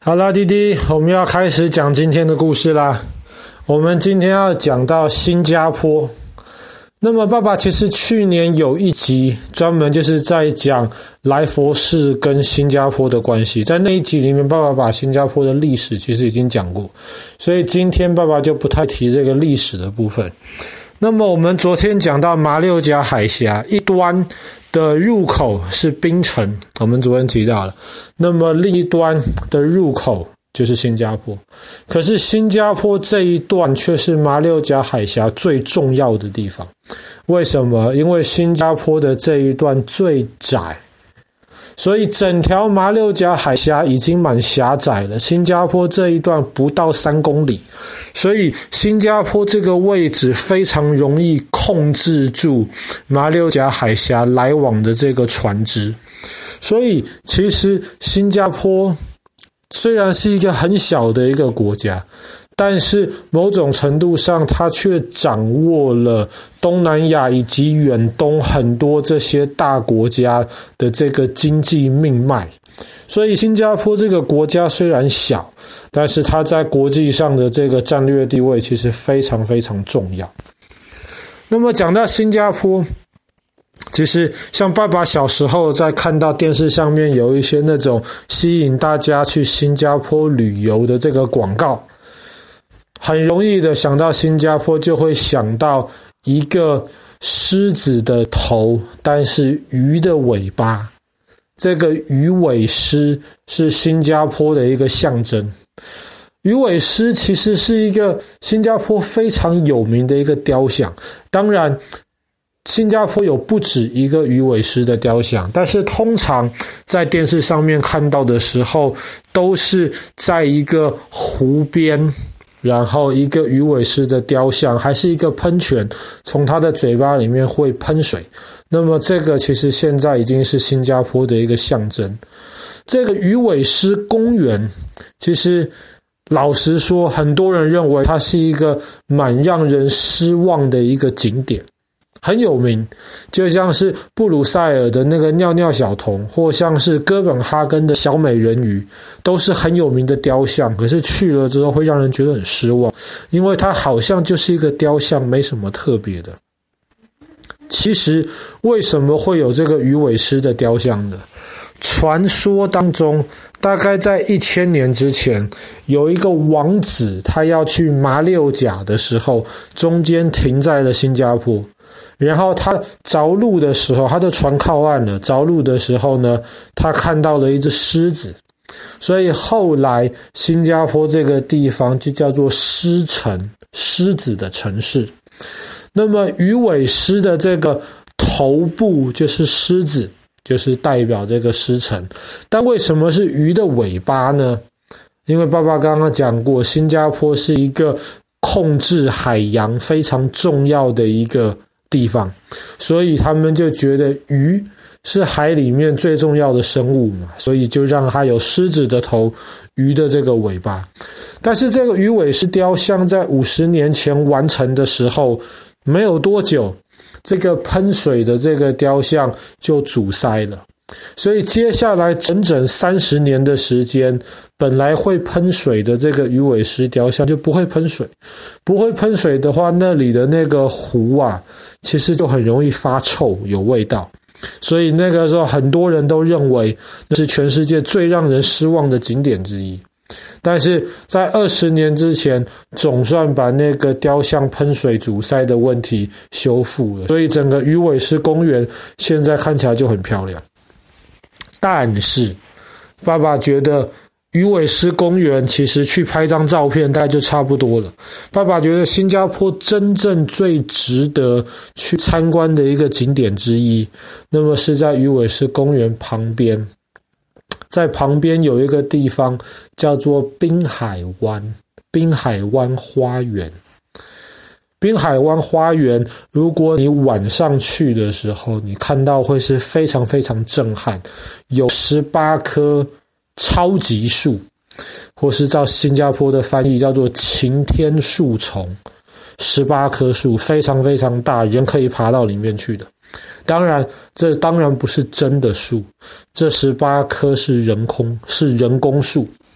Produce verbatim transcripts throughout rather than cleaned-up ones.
好啦，弟弟，我们要开始讲今天的故事啦。我们今天要讲到新加坡。那么爸爸其实去年有一集专门就是在讲来佛士跟新加坡的关系，在那一集里面爸爸把新加坡的历史其实已经讲过，所以今天爸爸就不太提这个历史的部分。那么我们昨天讲到马六甲海峡一端的入口是槟城，我们昨天提到了，那么另一端的入口就是新加坡。可是新加坡这一段却是马六甲海峡最重要的地方。为什么？因为新加坡的这一段最窄，所以整条马六甲海峡已经蛮狭窄了，新加坡这一段不到三公里，所以新加坡这个位置非常容易控制住马六甲海峡来往的这个船只。所以其实新加坡虽然是一个很小的一个国家，但是某种程度上它却掌握了东南亚以及远东很多这些大国家的这个经济命脉。所以新加坡这个国家虽然小，但是它在国际上的这个战略地位其实非常非常重要。那么讲到新加坡，其实像爸爸小时候在看到电视上面有一些那种吸引大家去新加坡旅游的这个广告，很容易的想到新加坡就会想到一个狮子的头，但是鱼的尾巴。这个鱼尾狮是新加坡的一个象征。鱼尾狮其实是一个新加坡非常有名的一个雕像，当然新加坡有不止一个鱼尾狮的雕像，但是通常在电视上面看到的时候都是在一个湖边，然后一个鱼尾狮的雕像，还是一个喷泉从它的嘴巴里面会喷水。那么这个其实现在已经是新加坡的一个象征。这个鱼尾狮公园其实老实说，很多人认为它是一个蛮让人失望的一个景点，很有名，就像是布鲁塞尔的那个尿尿小童，或像是哥本哈根的小美人鱼，都是很有名的雕像，可是去了之后会让人觉得很失望，因为它好像就是一个雕像，没什么特别的。其实为什么会有这个鱼尾狮的雕像呢？传说当中，大概在一千年之前，有一个王子，他要去马六甲的时候，中间停在了新加坡。然后他着陆的时候，他的船靠岸了，着陆的时候呢，他看到了一只狮子，所以后来新加坡这个地方就叫做狮城，狮子的城市。那么鱼尾狮的这个头部就是狮子，就是代表这个狮城。但为什么是鱼的尾巴呢？因为爸爸刚刚讲过，新加坡是一个控制海洋非常重要的一个地方，所以他们就觉得鱼是海里面最重要的生物嘛，所以就让它有狮子的头，鱼的这个尾巴。但是这个鱼尾狮雕像在五十年前完成的时候，没有多久，这个喷水的这个雕像就阻塞了，所以接下来整整三十年的时间，本来会喷水的这个鱼尾狮雕像就不会喷水。不会喷水的话，那里的那个湖啊，其实就很容易发臭，有味道。所以那个时候很多人都认为那是全世界最让人失望的景点之一。但是在二十年之前，总算把那个雕像喷水阻塞的问题修复了，所以整个鱼尾狮公园现在看起来就很漂亮。但是爸爸觉得鱼尾狮公园其实去拍张照片大概就差不多了。爸爸觉得新加坡真正最值得去参观的一个景点之一，那么是在鱼尾狮公园旁边，在旁边有一个地方叫做滨海湾，滨海湾花园。滨海湾花园，如果你晚上去的时候，你看到会是非常非常震撼，有十八棵超级树，或是照新加坡的翻译叫做擎天树丛，十八棵树非常非常大，人可以爬到里面去的。当然这当然不是真的树，这十八棵是人工是人工树。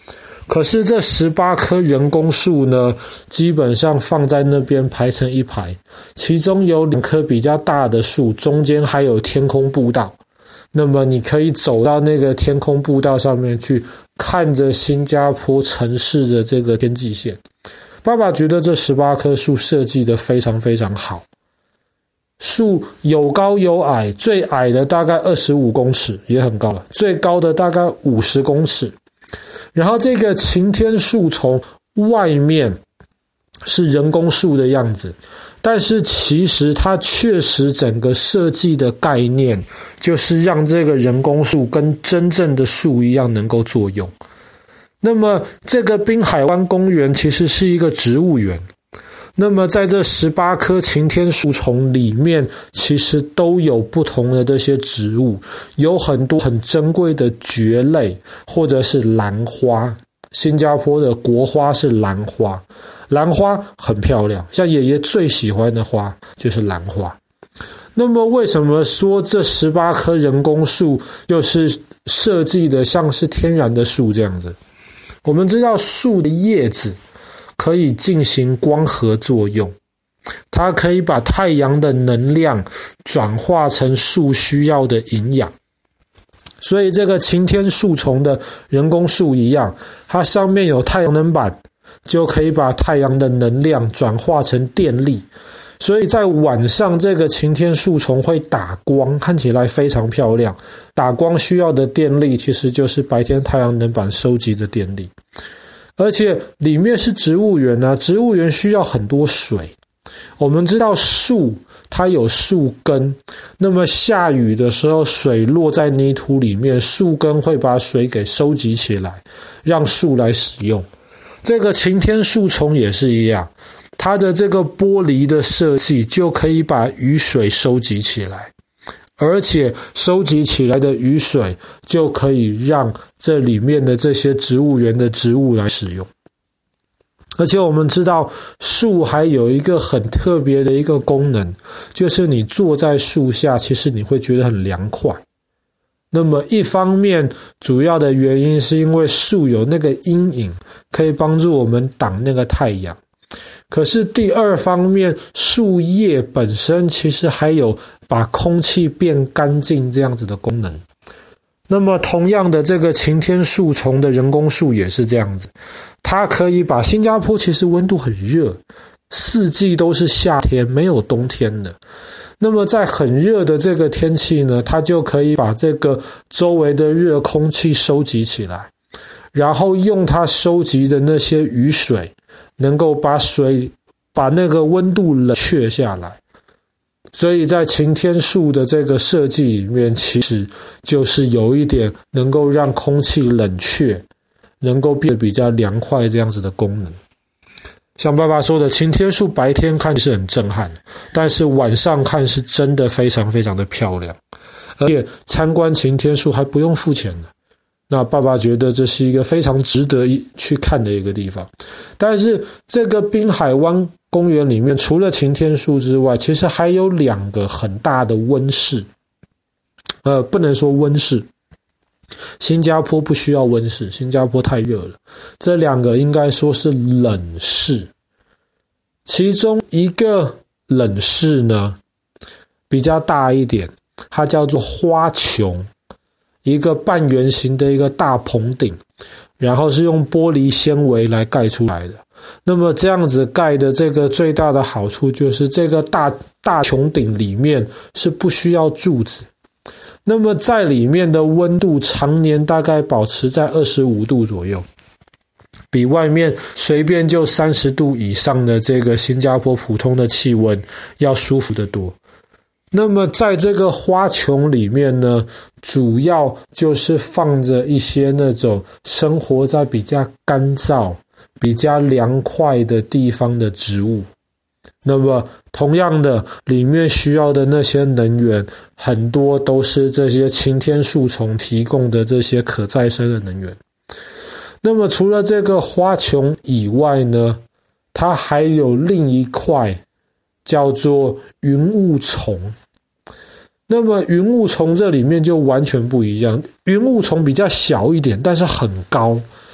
可是这十八棵人工树呢，基本上放在那边排成一排，其中有两棵比较大的树，中间还有天空步道。那么你可以走到那个天空步道上面去，看着新加坡城市的这个天际线。爸爸觉得这十八棵树设计得非常非常好。树有高有矮，最矮的大概二十五公尺，也很高了，最高的大概五十公尺。然后这个擎天树从外面是人工树的样子，但是其实它确实整个设计的概念就是让这个人工树跟真正的树一样能够作用。那么这个滨海湾公园其实是一个植物园，那么在这十八棵擎天树丛里面，其实都有不同的这些植物，有很多很珍贵的蕨类或者是兰花。新加坡的国花是兰花，兰花很漂亮，像爷爷最喜欢的花就是兰花。那么为什么说这十八棵人工树就是设计的像是天然的树这样子？我们知道树的叶子可以进行光合作用，它可以把太阳的能量转化成树需要的营养。所以这个擎天树丛的人工树一样，它上面有太阳能板，就可以把太阳的能量转化成电力。所以在晚上这个擎天树丛会打光，看起来非常漂亮。打光需要的电力其实就是白天太阳能板收集的电力。而且里面是植物园啊，植物园需要很多水。我们知道树它有树根，那么下雨的时候水落在泥土里面，树根会把水给收集起来，让树来使用。这个擎天树丛也是一样，它的这个玻璃的设计就可以把雨水收集起来，而且收集起来的雨水就可以让这里面的这些植物园的植物来使用。而且我们知道树还有一个很特别的一个功能，就是你坐在树下其实你会觉得很凉快。那么一方面主要的原因是因为树有那个阴影，可以帮助我们挡那个太阳。可是第二方面，树叶本身其实还有把空气变干净这样子的功能。那么同样的，这个擎天树丛的人工树也是这样子，它可以把新加坡其实温度很热，四季都是夏天，没有冬天的。那么在很热的这个天气呢，它就可以把这个周围的热空气收集起来，然后用它收集的那些雨水，能够把水把那个温度冷却下来。所以在擎天树的这个设计里面，其实就是有一点能够让空气冷却，能够变得比较凉快这样子的功能。像爸爸说的，擎天树白天看是很震撼，但是晚上看是真的非常非常的漂亮。而且参观擎天树还不用付钱的，那爸爸觉得这是一个非常值得去看的一个地方。但是这个滨海湾公园里面除了擎天树之外，其实还有两个很大的温室。呃，不能说温室，新加坡不需要温室，新加坡太热了。这两个应该说是冷室。其中一个冷室呢比较大一点，它叫做花穹，一个半圆形的一个大棚顶，然后是用玻璃纤维来盖出来的。那么这样子盖的这个最大的好处就是这个大大穹顶里面是不需要柱子，那么在里面的温度常年大概保持在二十五度左右，比外面随便就三十度以上的这个新加坡普通的气温要舒服得多。那么在这个花穹里面呢，主要就是放着一些那种生活在比较干燥比较凉快的地方的植物。那么同样的，里面需要的那些能源很多都是这些擎天树丛提供的这些可再生的能源。那么除了这个花穹以外呢，它还有另一块叫做云雾丛。那么云雾丛这里面就完全不一样，云雾丛比较小一点，但是很高。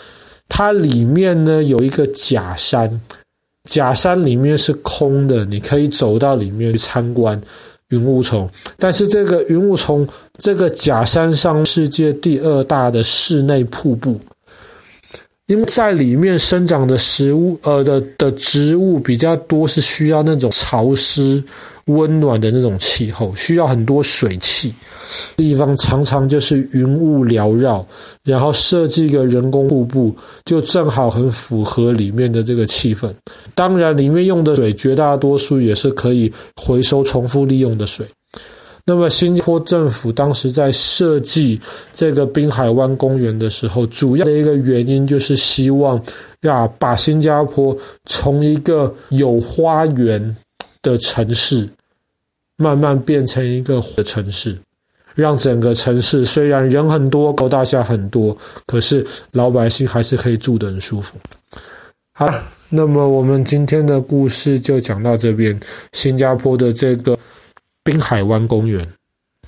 它里面呢有一个假山，假山里面是空的，你可以走到里面去参观云雾丛。但是这个云雾丛这个假山上世界第二大的室内瀑布，因为在里面生长的食物呃的的植物比较多，是需要那种潮湿温暖的那种气候，需要很多水汽，地方常常就是云雾缭绕，然后设计一个人工瀑布，就正好很符合里面的这个气氛。当然里面用的水绝大多数也是可以回收重复利用的水。那么新加坡政府当时在设计这个滨海湾公园的时候，主要的一个原因就是希望要把新加坡从一个有花园的城市慢慢变成一个的城市，让整个城市虽然人很多，高大厦很多，可是老百姓还是可以住得很舒服。好，那么我们今天的故事就讲到这边，新加坡的这个滨海湾公园。